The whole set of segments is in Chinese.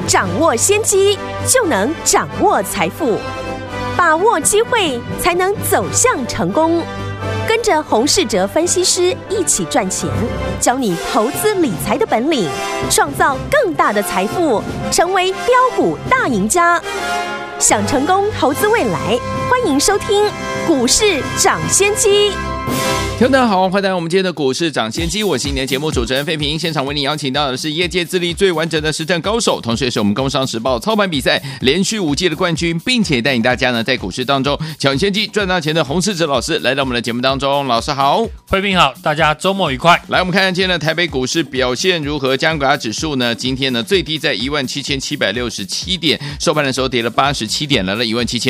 掌握先机，就能掌握财富。把握机会，才能走向成功。跟着洪士哲分析师一起赚钱，教你投资理财的本领，创造更大的财富，成为标股大赢家。想成功投资未来，欢迎收听股市涨先机。 听众大家好，欢迎来到我们今天的股市涨先机，我是你的节目主持人费平。现场为你邀请到的是业界资历最完整的实战高手，同时也是我们工商时报操盘比赛连续5届的冠军，并且带领大家呢在股市当中抢先机赚大钱的洪士哲老师来到我们的节目当中。老师好。 费平好，大家周末愉快。 来，我们看看今天的台北股市表现如何。加权指数呢，今天呢最低在17767点，收盘的时候跌了87点，来了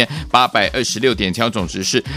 17826点，调总值是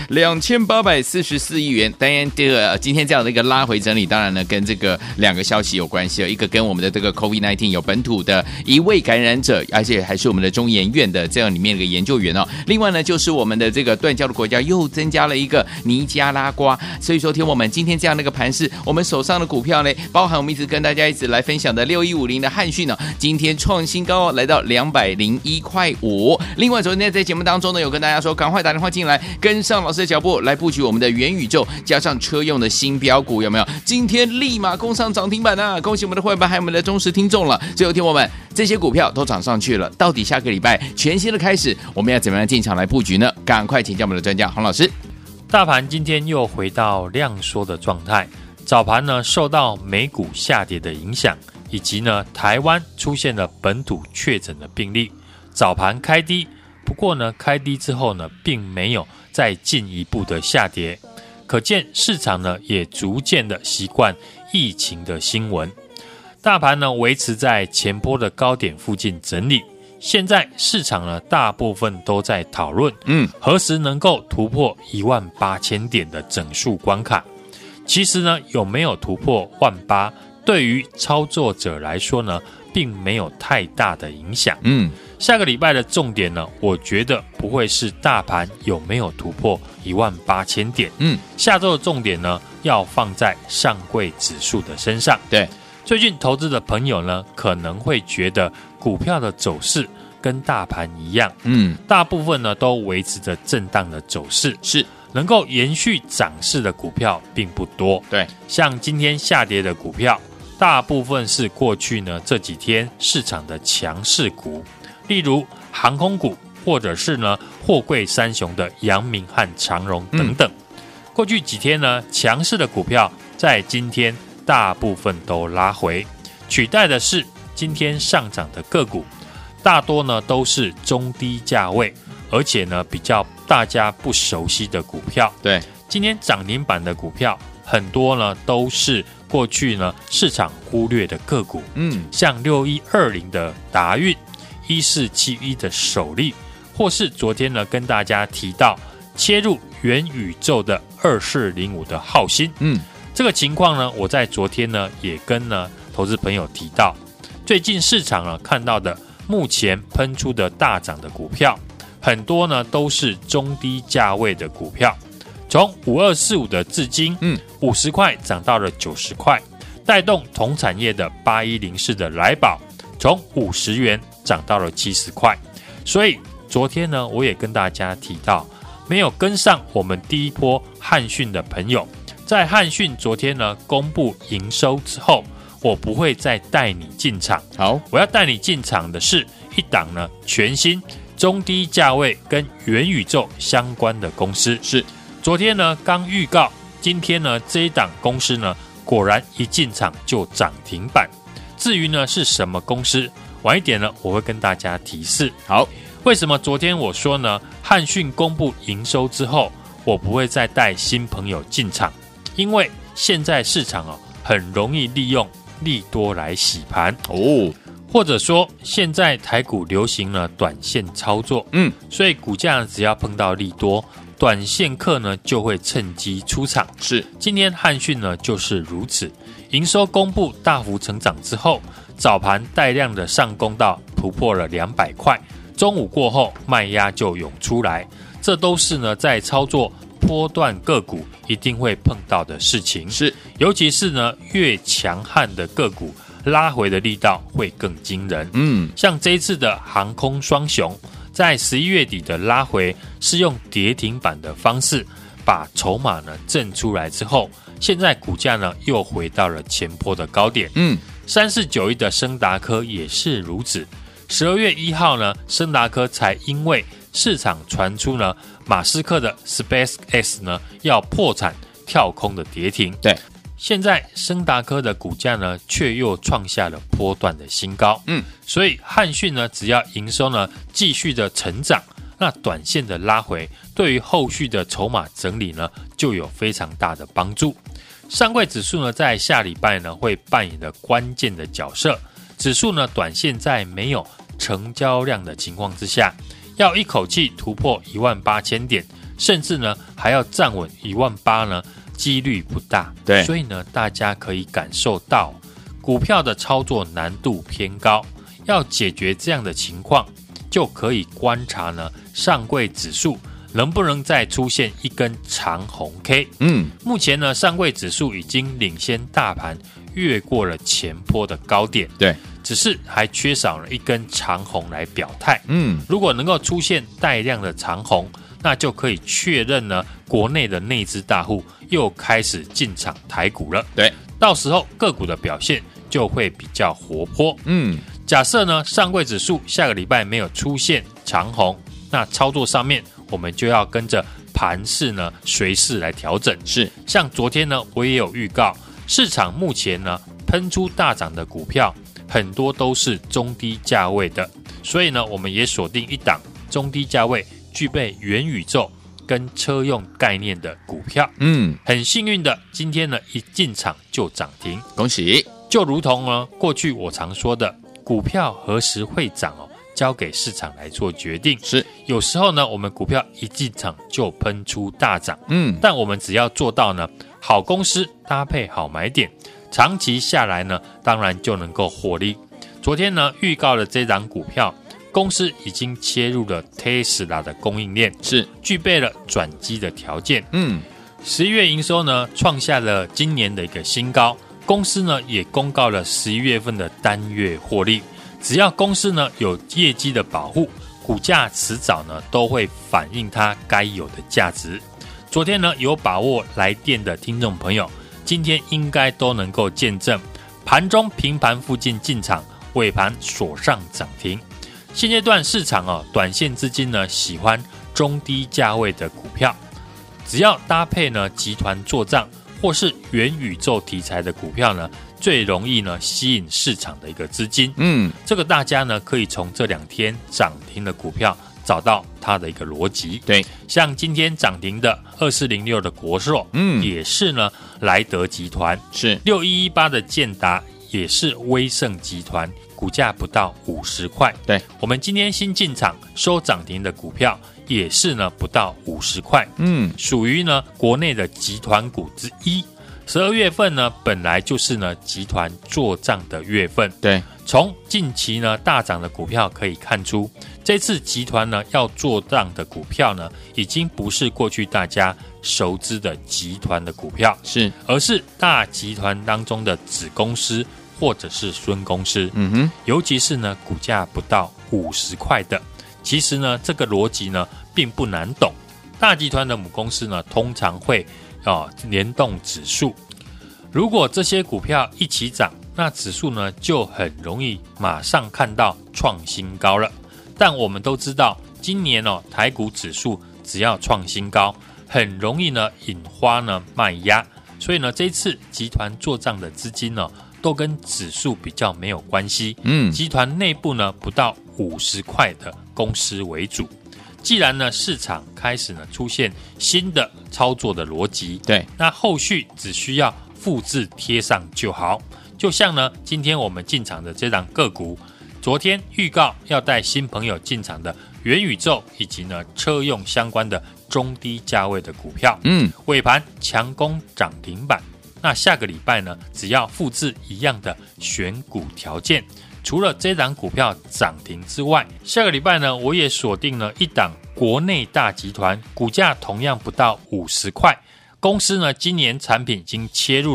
2844亿元。当然今天这样的一个拉回整理，当然呢跟这个2个消息有关系，一个跟我们的这个 COVID-19 有本土的1位感染者，而且还是我们的中研院的这样里面的一个研究员哦。另外呢就是我们的这个断交的国家又增加了一个尼加拉瓜，所以说听我们今天这样的一个盘势，我们手上的股票呢，包含我们一直跟大家一直来分享的6150的汉讯呢，今天创新高来到201.5块。另外昨天在节目当中呢有跟大家说，赶快打电话进来，跟上老师的脚步来布局我们的元宇宙加上车用的新标股，有没有？今天立马攻上涨停板啊！恭喜我们的会员还有我们的忠实听众了。最后听我们这些股票都涨上去了，到底下个礼拜全新的开始，我们要怎么样进场来布局呢？赶快请教我们的专家洪老师。 大盘今天又回到量缩的状态，早盘呢受到美股下跌的影响，以及呢台湾出现了本土确诊的病例，早盘开低，不过呢开低之后呢并没有再进一步的下跌，可见市场呢也逐渐的习惯疫情的新闻。大盘呢维持在前波的高点附近整理，现在市场呢大部分都在讨论何时能够突破18000点的整数关卡。其实呢有没有突破18000，对于操作者来说呢并没有太大的影响。下个礼拜的重点呢，我觉得不会是大盘有没有突破18000点。下周的重点呢要放在上柜指数的身上。 对， 最近投资的朋友呢可能会觉得股票的走势跟大盘一样，大部分呢都维持着震荡的走势，是能够延续涨势的股票并不多。对，像今天下跌的股票，大部分是过去呢这几天市场的强势股，例如航空股，或者是呢货柜三雄的阳明和长荣等等。过去几天呢强势的股票在今天大部分都拉回，取代的是今天上涨的个股，大多呢都是中低价位，而且呢比较大家不熟悉的股票。对，今天涨停板的股票很多呢都是过去呢市场忽略的个股，像6120的达运，1471的首例，或是昨天呢跟大家提到切入元宇宙的2405的浩鑫。这个情况呢我在昨天呢也跟呢投资朋友提到，最近市场呢看到的目前喷出的大涨的股票，很多呢都是中低价位的股票，从5245的至今50块涨到了90块，带动同产业的8104的来宝从50元涨到了70块。所以昨天呢我也跟大家提到，没有跟上我们第一波汉讯的朋友，在汉讯昨天呢公布营收之后，我不会再带你进场。好，我要带你进场的是一档呢全新中低价位跟元宇宙相关的公司。是昨天呢刚预告，今天呢这一档公司呢果然一进场就涨停板。至于呢是什么公司，晚一点呢我会跟大家提示。好，为什么昨天我说呢汉讯公布营收之后我不会再带新朋友进场？因为现在市场很容易利用利多来洗盘或者说现在台股流行了短线操作，所以股价只要碰到利多，短线客呢就会趁机出场。是，今天汉讯呢就是如此，营收公布大幅成长之后，早盘带量的上攻到突破了200块，中午过后卖压就涌出来，这都是呢在操作波段个股一定会碰到的事情。是，尤其是呢越强悍的个股拉回的力道会更惊人。像这一次的航空双雄，在11月底的拉回是用跌停板的方式把筹码呢震出来之后，现在股价呢又回到了前波的高点。3491的昇達科也是如此。12月1号呢，昇達科才因为市场传出呢马斯克的 SpaceX 呢要破产跳空的跌停。 对， 现在昇達科的股价呢却又创下了波段的新高。所以汉讯呢只要营收呢继续的成长，那短线的拉回对于后续的筹码整理呢就有非常大的帮助。上柜指数呢在下礼拜呢会扮演的关键的角色，指数呢短线在没有成交量的情况之下，要一口气突破18000点，甚至呢还要站稳18000呢几率不大。 对， 所以呢大家可以感受到股票的操作难度偏高，要解决这样的情况，就可以观察呢上柜指数能不能再出现一根长红 K。目前呢上柜指数已经领先大盘越过了前波的高点。 对， 只是还缺少了一根长红来表态。如果能够出现带量的长红，那就可以确认呢国内的内资大户又开始进场台股了。 对， 到时候个股的表现就会比较活泼。假设呢上柜指数下个礼拜没有出现长红，那操作上面我们就要跟着盘势呢随势来调整。 是， 像昨天呢我也有预告，市场目前呢喷出大涨的股票很多都是中低价位的，所以呢我们也锁定一档中低价位具备元宇宙跟车用概念的股票。很幸运的今天呢一进场就涨停， 恭喜。 就如同呢过去我常说的，股票何时会涨交给市场来做决定。 是， 有时候呢我们股票一进场就喷出大涨。但我们只要做到呢好公司搭配好买点，长期下来呢当然就能够获利。昨天呢预告了这档股票，公司已经切入了 Tesla 的供应链， 是具备了转机的条件。11月营收呢创下了今年的一个新高，公司呢也公告了11月份的单月获利。只要公司呢有业绩的保护，股价迟早呢都会反映它该有的价值。昨天呢有把握来电的听众朋友，今天应该都能够见证盘中平盘附近进场，尾盘锁上涨停。现阶段市场短线资金呢喜欢中低价位的股票，只要搭配呢集团作账或是元宇宙题材的股票呢，最容易呢吸引市场的一个资金。这个大家呢可以从这2天涨停的股票找到它的一个逻辑。 对， 像今天涨停的2406的国寿，也是呢莱德集团， 是 6118的建达也是威盛集团，股价不到50块。 对， 我们今天新进场收涨停的股票也是呢不到50块。属于呢国内的集团股之一。12月份呢本来就是呢集团做账的月份。 对， 从近期呢大涨的股票可以看出，这次集团呢要做账的股票呢，已经不是过去大家熟知的集团的股票， 是， 而是大集团当中的子公司或者是孙公司。尤其是呢股价不到50块的，其实呢这个逻辑呢并不难懂。大集团的母公司呢通常会联动指数，如果这些股票一起涨，那指数呢就很容易马上看到创新高了。但我们都知道，今年台股指数只要创新高，很容易呢引发呢卖压，所以呢这次集团做账的资金呢都跟指数比较没有关系。集团内部呢不到50块的公司为主。既然呢市场开始呢出现新的操作的逻辑， 对， 那后续只需要复制贴上就好。就像呢今天我们进场的这档个股，昨天预告要带新朋友进场的元宇宙以及呢车用相关的中低价位的股票，尾盘强攻涨停板。那下个礼拜呢只要复制一样的选股条件，除了这档股票涨停之外，下个礼拜呢我也锁定了一档国内大集团，股价同样不到50块，公司呢今年产品已经切入了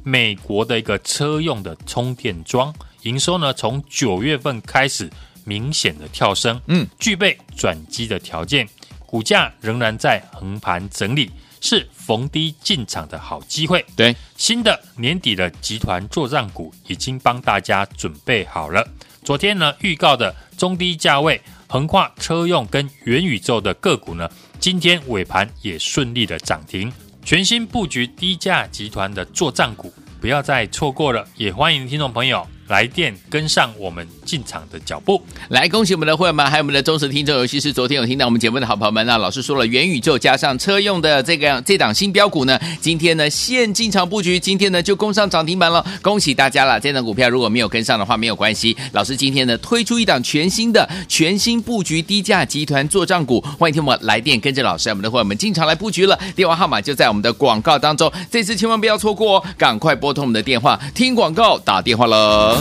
美国的一个车用的充电桩营收呢，从9月份开始明显的跳升，具备转机的条件，股价仍然在横盘整理，是逢低进场的好机会。 对， 新的年底的集团作战股已经帮大家准备好了。昨天呢预告的中低价位横跨车用跟元宇宙的个股呢，今天尾盘也顺利的涨停。全新布局低价集团的作战股，不要再错过了，也欢迎听众朋友来电跟上我们进场的脚步。 来，恭喜我们的会员们，还有我们的忠实听众，尤其是昨天有听到我们节目的好朋友们啊，老师说了，元宇宙加上车用的这档新标股呢，今天呢现进场布局，今天呢就攻上涨停板了，恭喜大家了。这档股票如果没有跟上的话，没有关系，老师今天呢推出一档全新布局低价集团作战股，欢迎听我们来电跟着老师，我们的会员们进场来布局了。电话号码就在我们的广告当中，这次千万不要错过哦，赶快拨通我们的电话，听广告打电话了。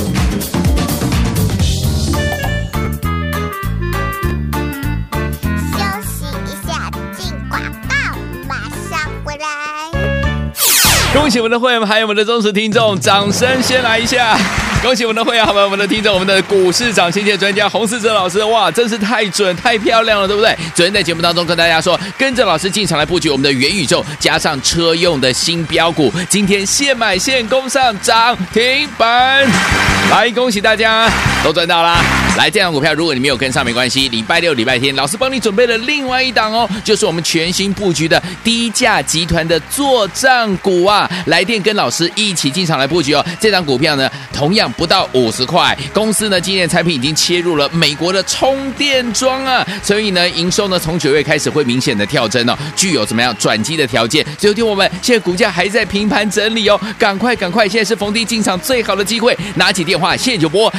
恭喜我们的会员还有我们的忠实听众，掌声先来一下！恭喜我们的会员好朋友们的听众，我们的股市涨先界专家洪士哲老师，哇，真是太准太漂亮了，对不对？昨天在节目当中跟大家说，跟着老师进场来布局我们的元宇宙加上车用的新标股，今天现买现攻上涨停板，来恭喜大家都赚到啦！来，这档股票如果你没有跟上没关系，礼拜六礼拜天老师帮你准备了另外一档哦，就是我们全新布局的低价集团的作战股啊，来电跟老师一起进场来布局哦。这档股票呢同样不到50块，公司呢今年产品已经切入了美国的充电桩啊，所以呢营收呢从9月开始会明显的跳增哦，具有怎么样转机的条件。所以听我们现在股价还在平盘整理哦，赶快，现在是逢低进场最好的机会，拿起电话现在就拨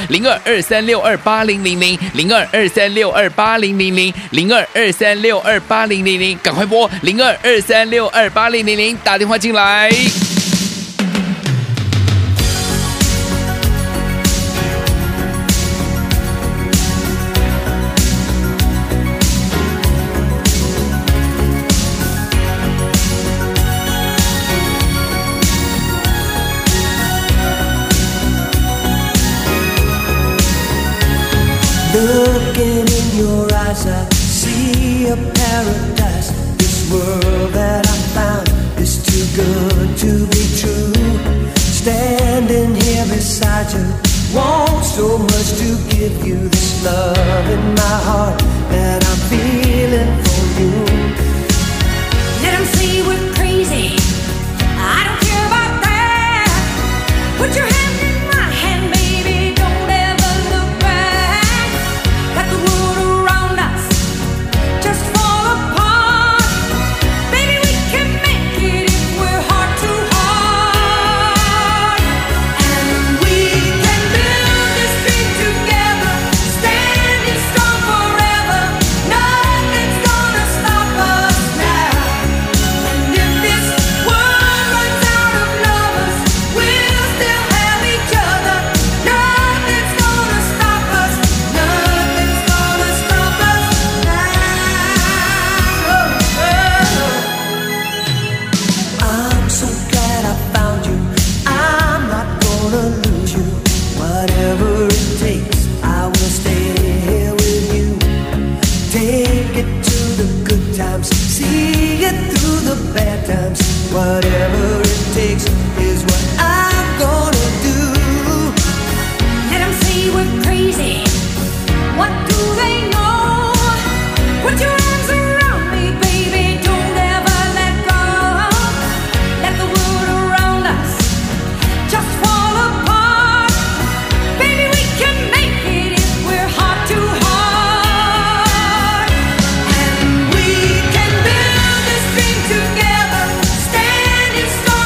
0223628000，0223628000，0223628000，赶快拨0223628000，打电话进来。 Looking in your eyes, I see a paradise. This world that I found is too good to be true. Standing here beside you, want so much to give you this love in my heart that I'm feeling for you. Let them say we're crazy, I don't care about that. Put your hand in my hand, baby, don't ever look back. Let the world around us just fall apart. Baby, we can make it if we're heart to heart. And we can build this dream together, standing strong forever. Nothing's gonna stop us now. And if this world runs out of lovers, we'll still have each other. Nothing's gonna stop us. Nothing's gonna stop us now. I'm so glad I found you. I'm not gonna lose you. Whatever it takes, I will stay here with you. Take it to the good times, see it through the bad times. Whatever it takes is what I'm gonna do. Let them say we're crazy. What do they know? Put your arms around me, baby. Don't ever let go. Let the world around us just fall apart. Baby, we can make it if we're heart to heart. And we can build this dream together, standing strong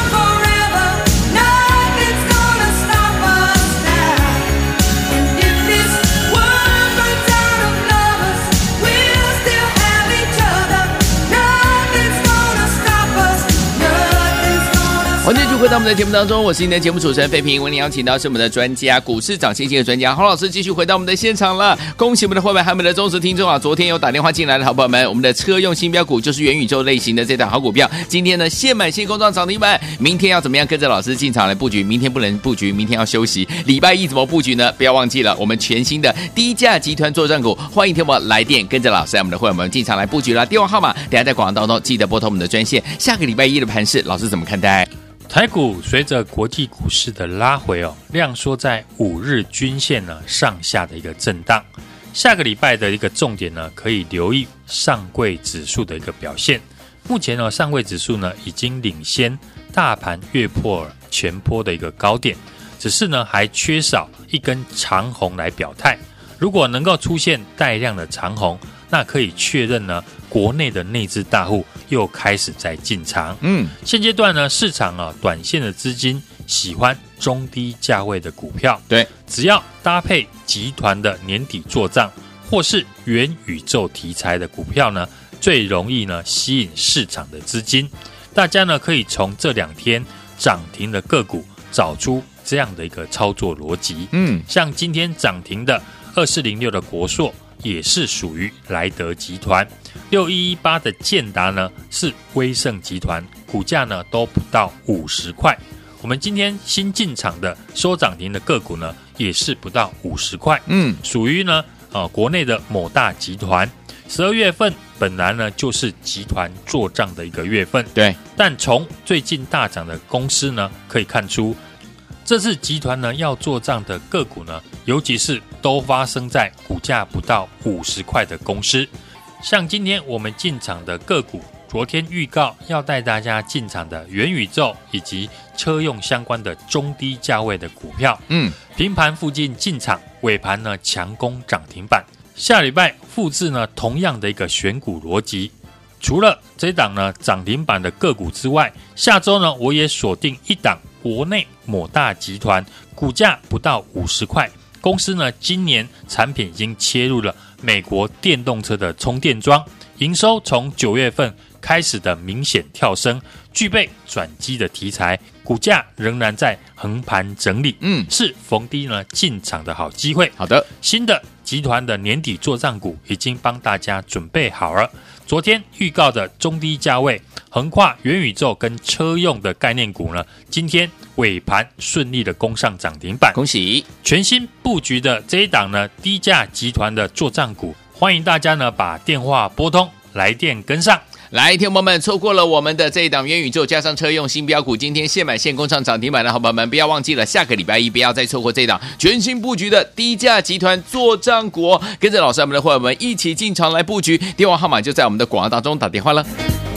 回到我们的节目当中，我是您的节目主持人费平，为您邀请到是我们的专家，股市涨先机的专家洪老师，继续回到我们的现场了。恭喜我们的会员还有我们的忠实听众啊！昨天有打电话进来的好朋友们，我们的车用新标股就是元宇宙类型的这档好股票，今天呢现买现攻涨停板，明天要怎么样跟着老师进场来布局？明天不能布局，明天要休息。礼拜一怎么布局呢？不要忘记了，我们全新的低价集团作战股，欢迎听我们来电跟着老师，我们的会员们进场来布局啦。电话号码等一下在广告当中记得拨通我们的专线。下个礼拜一的盘势，老师怎么看待？ 台股随着国际股市的拉回量缩在5日均线呢上下的一个震荡。下个礼拜的一个重点呢，可以留意上柜指数的一个表现。目前呢，上柜指数呢已经领先大盘越破了前波的一个高点，只是呢还缺少一根长红来表态。如果能够出现带量的长红，那可以确认呢，国内的内资大户又开始在进场。现阶段呢，市场短线的资金喜欢中低价位的股票， 对， 只要搭配集团的年底做账或是元宇宙题材的股票呢，最容易呢吸引市场的资金。大家呢可以从这2天涨停的个股找出这样的一个操作逻辑。像今天涨停的2406的国硕也是属于莱德集团，6118的建达呢是威盛集团，股价呢都不到50块。我们今天新进场的收涨停的个股呢也是不到50块，属于呢国内的某大集团。12月份本来呢就是集团做账的一个月份， 对， 但从最近大涨的公司呢可以看出，这次集团呢要做账的个股呢，尤其是都发生在股价不到50块的公司。像今天我们进场的个股，昨天预告要带大家进场的元宇宙以及车用相关的中低价位的股票，平盘附近进场，尾盘呢强攻涨停板。下礼拜复制呢同样的一个选股逻辑，除了这档呢涨停板的个股之外，下周呢我也锁定一档国内某大集团，股价不到50块，公司呢今年产品已经切入了美国电动车的充电桩，营收从9月份开始的明显跳升，具备转机的题材，股价仍然在横盘整理，是逢低呢进场的好机会。 好的， 新的集团的年底作账股已经帮大家准备好了。昨天预告的中低价位横跨元宇宙跟车用的概念股呢，今天尾盘顺利的攻上涨停板， 恭喜！ 全新布局的这一档呢低价集团的作账股，欢迎大家呢把电话拨通，来电跟上。 来，听众朋友们，错过了我们的这一档元宇宙加上车用新标股，今天现买现攻上涨停板的好朋友们，不要忘记了，下个礼拜一不要再错过这一档全新布局的低价集团作战股，跟着老师我们的伙伴们一起进场来布局，电话号码就在我们的广告当中打电话了。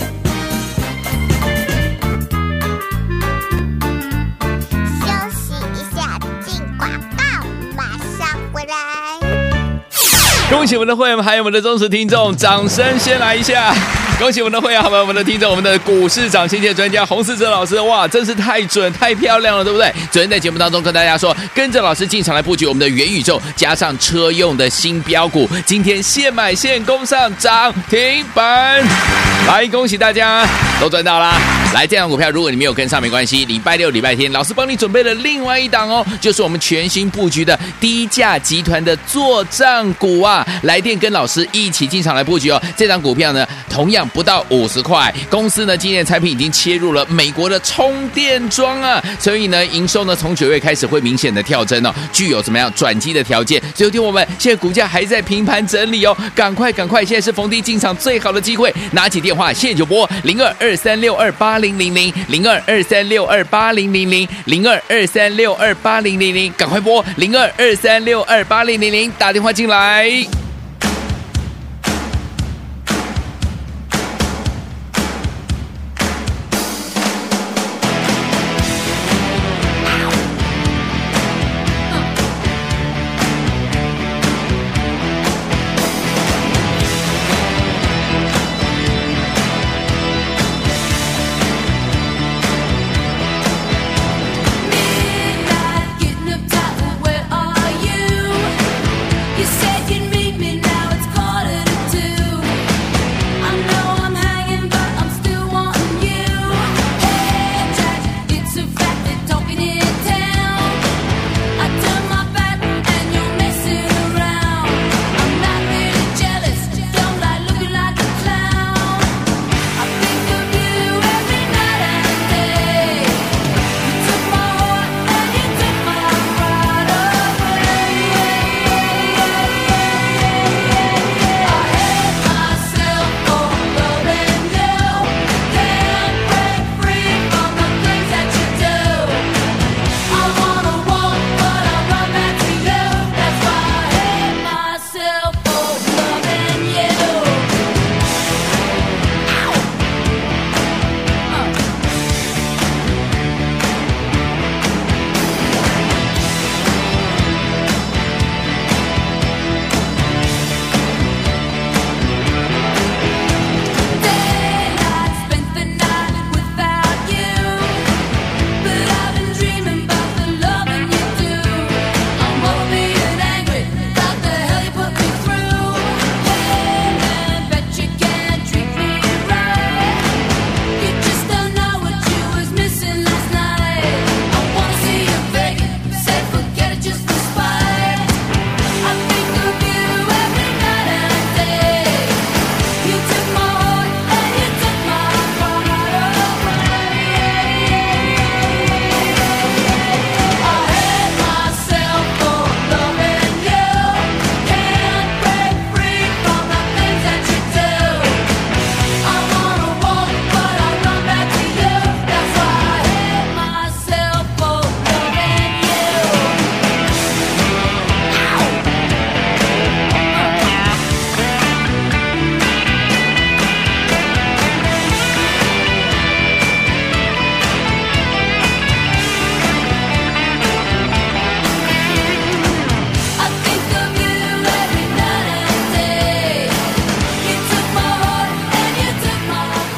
恭喜我们的会员还有我们的忠实听众，掌声先来一下！恭喜我们的会员，还有我们的听众，我们的股市涨先机专家洪士哲老师，哇，真是太准太漂亮了，对不对？昨天在节目当中跟大家说，跟着老师进场来布局我们的元宇宙加上车用的新标股，今天现买现攻上涨停板，来恭喜大家都赚到啦！来，这档股票如果你没有跟上没关系，礼拜六礼拜天老师帮你准备了另外一档哦，就是我们全新布局的低价集团的作战股啊，来电跟老师一起进场来布局哦。这档股票呢同样不到50块，公司呢今年产品已经切入了美国的充电桩啊，所以呢营收呢从9月开始会明显的跳增哦，具有怎么样转机的条件。所以听我们现在股价还在平盘整理哦，赶快，现在是逢低进场最好的机会，拿起电话现在就拨022362800002236280000223628000，赶快拨0223628000打电话进来。 Getting up tight, where are you? You said you'd meet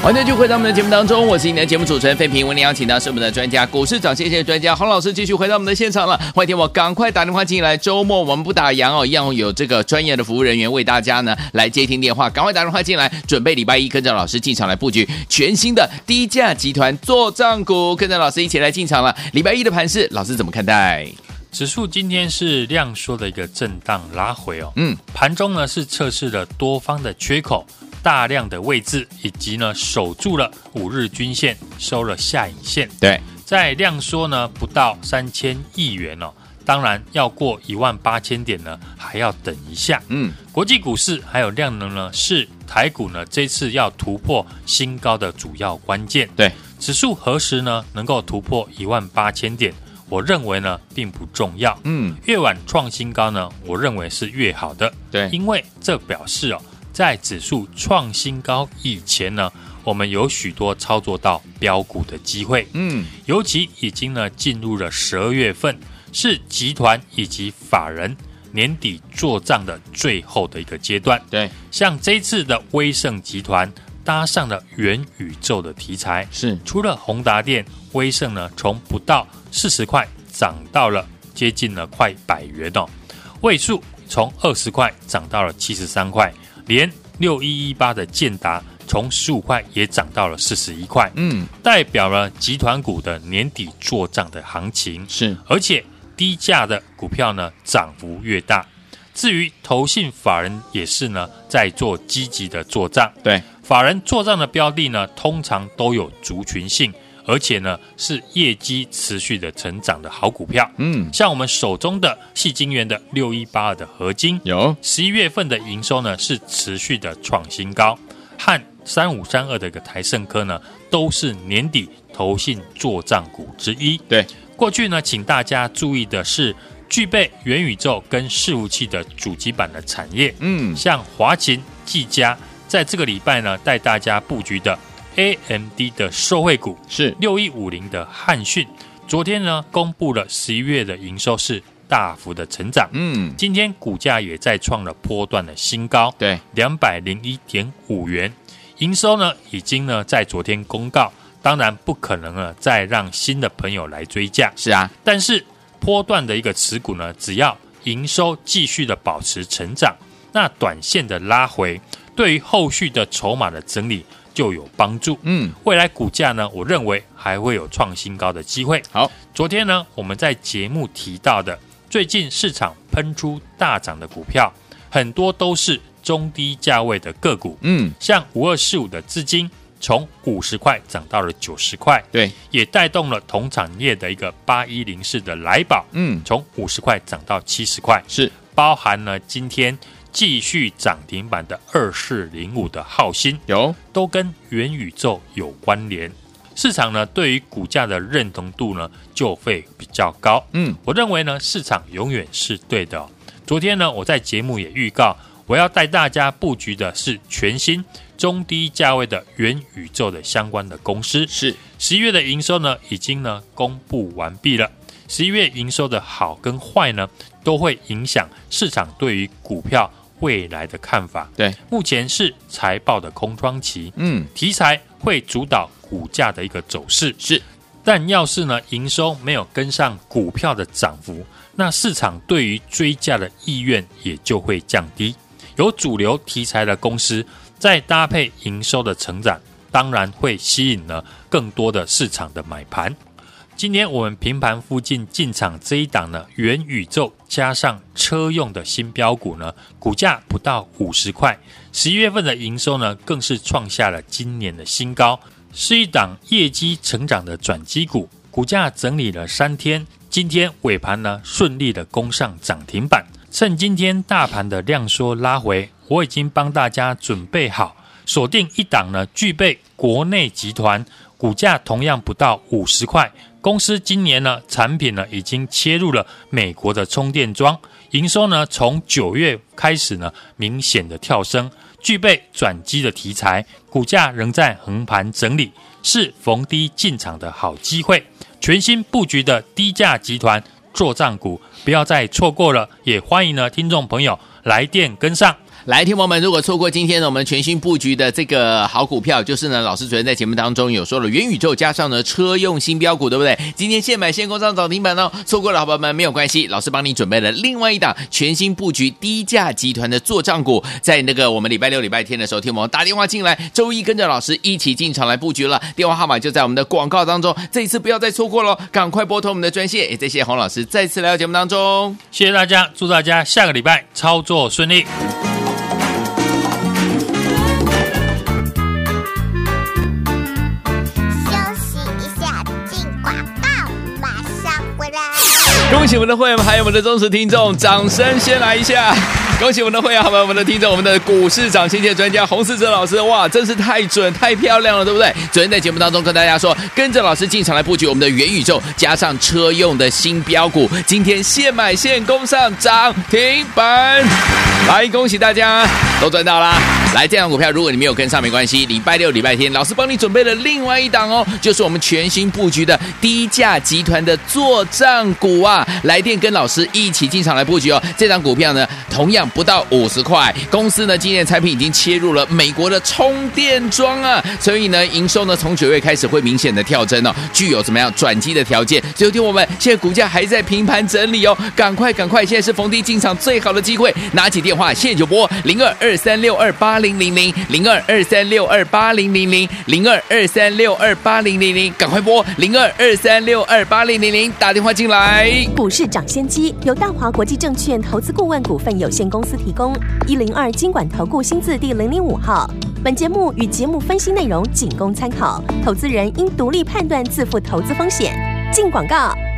欢迎继续回到我们的节目当中，我是你的节目主持人费平。为您邀请到是我们的专家股市涨跌线专家洪老师，继续回到我们的现场了。欢迎听我赶快打电话进来，周末我们不打烊哦，一样有这个专业的服务人员为大家呢来接听电话，赶快打电话进来，准备礼拜一跟着老师进场来布局全新的低价集团作战股，跟着老师一起来进场了。礼拜一的盘势，老师怎么看待？ 指数今天是量缩的一个震荡拉回哦，盘中呢是测试了多方的缺口。大量的位置，以及呢守住了5日均线，收了下影线。 对， 在量缩呢不到3000亿元哦，当然要过18000点呢还要等一下。国际股市还有量能呢是台股呢这次要突破新高的主要关键。 对， 指数何时呢能够突破18000点？我认为呢并不重要。越晚创新高呢，我认为是越好的。 对， 因为这表示哦。在指数创新高以前呢，我们有许多操作到标股的机会。尤其已经呢进入了12月份，是集团以及法人年底做账的最后的一个阶段。 对， 像这一次的威盛集团搭上了元宇宙的题材， 是除了宏达电，威盛呢从不到40块涨到了接近了快100元哦，位数从20块涨到了73块。连6118的建达从15块也涨到了41块，代表了集团股的年底做账的行情是， 而且低价的股票呢涨幅越大。至于投信法人也是呢在做积极的做账， 对， 法人做账的标的呢通常都有族群性，而且呢是业绩持续的成长的好股票。像我们手中的矽晶圆的6182的合金，有11月份的营收呢是持续的创新高，和3532的一个台胜科呢都是年底投信作账股之一。 对， 过去呢请大家注意的是具备元宇宙跟伺服器的主机板的产业，像华勤、技嘉，在这个礼拜呢带大家布局的AMD 的受惠股是6150的汉讯，昨天呢公布了11月的营收是大幅的成长，今天股价也再创了波段的新高，对，201.5元，营收呢已经呢在昨天公告，当然不可能呢再让新的朋友来追价， 是啊， 但是波段的一个持股呢，只要营收继续的保持成长，那短线的拉回对于后续的筹码的整理就有帮助。未来股价呢，我认为还会有创新高的机会。好，昨天呢，我们在节目提到的，最近市场喷出大涨的股票，很多都是中低价位的个股。像5245的资金从50块涨到了90块，对，也带动了同产业的一个8104的来宝，从50块涨到70块，是包含了今天继续涨停板的2405的浩鑫，有都跟元宇宙有关联，市场呢对于股价的认同度呢就会比较高。我认为呢市场永远是对的。昨天呢我在节目也预告，我要带大家布局的是全新中低价位的元宇宙的相关的公司。是11月的营收呢已经呢公布完毕了。11月营收的好跟坏呢都会影响市场对于股票未来的看法。对，目前是财报的空窗期，题材会主导股价的一个走势。是，但要是呢营收没有跟上股票的涨幅，那市场对于追价的意愿也就会降低。有主流题材的公司再搭配营收的成长，当然会吸引了更多的市场的买盘。今天我们平盘附近进场这一档呢，元宇宙加上车用的新标股呢，股价不到50块，11月份的营收呢更是创下了今年的新高，是一档业绩成长的转机股，股价整理了3天，今天尾盘呢顺利的攻上涨停板。趁今天大盘的量缩拉回，我已经帮大家准备好锁定一档呢具备国内集团，股价同样不到50块，公司今年呢产品呢已经切入了美国的充电桩，营收呢从9月开始呢明显的跳升，具备转机的题材，股价仍在横盘整理，是逢低进场的好机会。全新布局的低价集团作战股，不要再错过了，也欢迎呢听众朋友来电跟上。 来，听众们，如果错过今天呢我们全新布局的这个好股票，就是呢老师昨天在节目当中有说了元宇宙加上呢车用新标股，对不对？今天现买现攻上涨停板哦，错过了好朋友们没有关系，老师帮你准备了另外一档全新布局低价集团的作账股，在那个我们礼拜六礼拜天的时候，听众们打电话进来，周一跟着老师一起进场来布局了，电话号码就在我们的广告当中，这一次不要再错过了，赶快拨通我们的专线。也谢谢洪老师再次来到节目当中， 谢谢大家，祝大家下个礼拜操作顺利。 恭喜我们的会员们，还有我们的忠实听众，掌声先来一下！恭喜我们的会员，还有我们的听众，我们的股市涨先见专家洪士哲老师，哇，真是太准太漂亮了，对不对？昨天在节目当中跟大家说，跟着老师进场来布局我们的元宇宙加上车用的新标股，今天现买现攻上涨停板，来恭喜大家都赚到啦！来，这档股票如果你没有跟上没关系，礼拜六礼拜天老师帮你准备了另外一档哦，就是我们全新布局的低价集团的作账股啊！来电跟老师一起进场来布局哦，这档股票呢同样不到50块，公司呢今年产品已经切入了美国的充电桩啊，所以呢营收呢从9月开始会明显的跳增哦，具有怎么样转机的条件。所以听我们现在股价还在平盘整理哦，赶快，现在是逢低进场最好的机会，拿起电话现在就拨0223628000 0223628000 0223628000，赶快拨0223628000，打电话进来。 股市涨先机由大华国际证券投资顾问股份有限公司提供，102金管投顾新字第005号。本节目与节目分析内容仅供参考，投资人应独立判断，自负投资风险。进广告。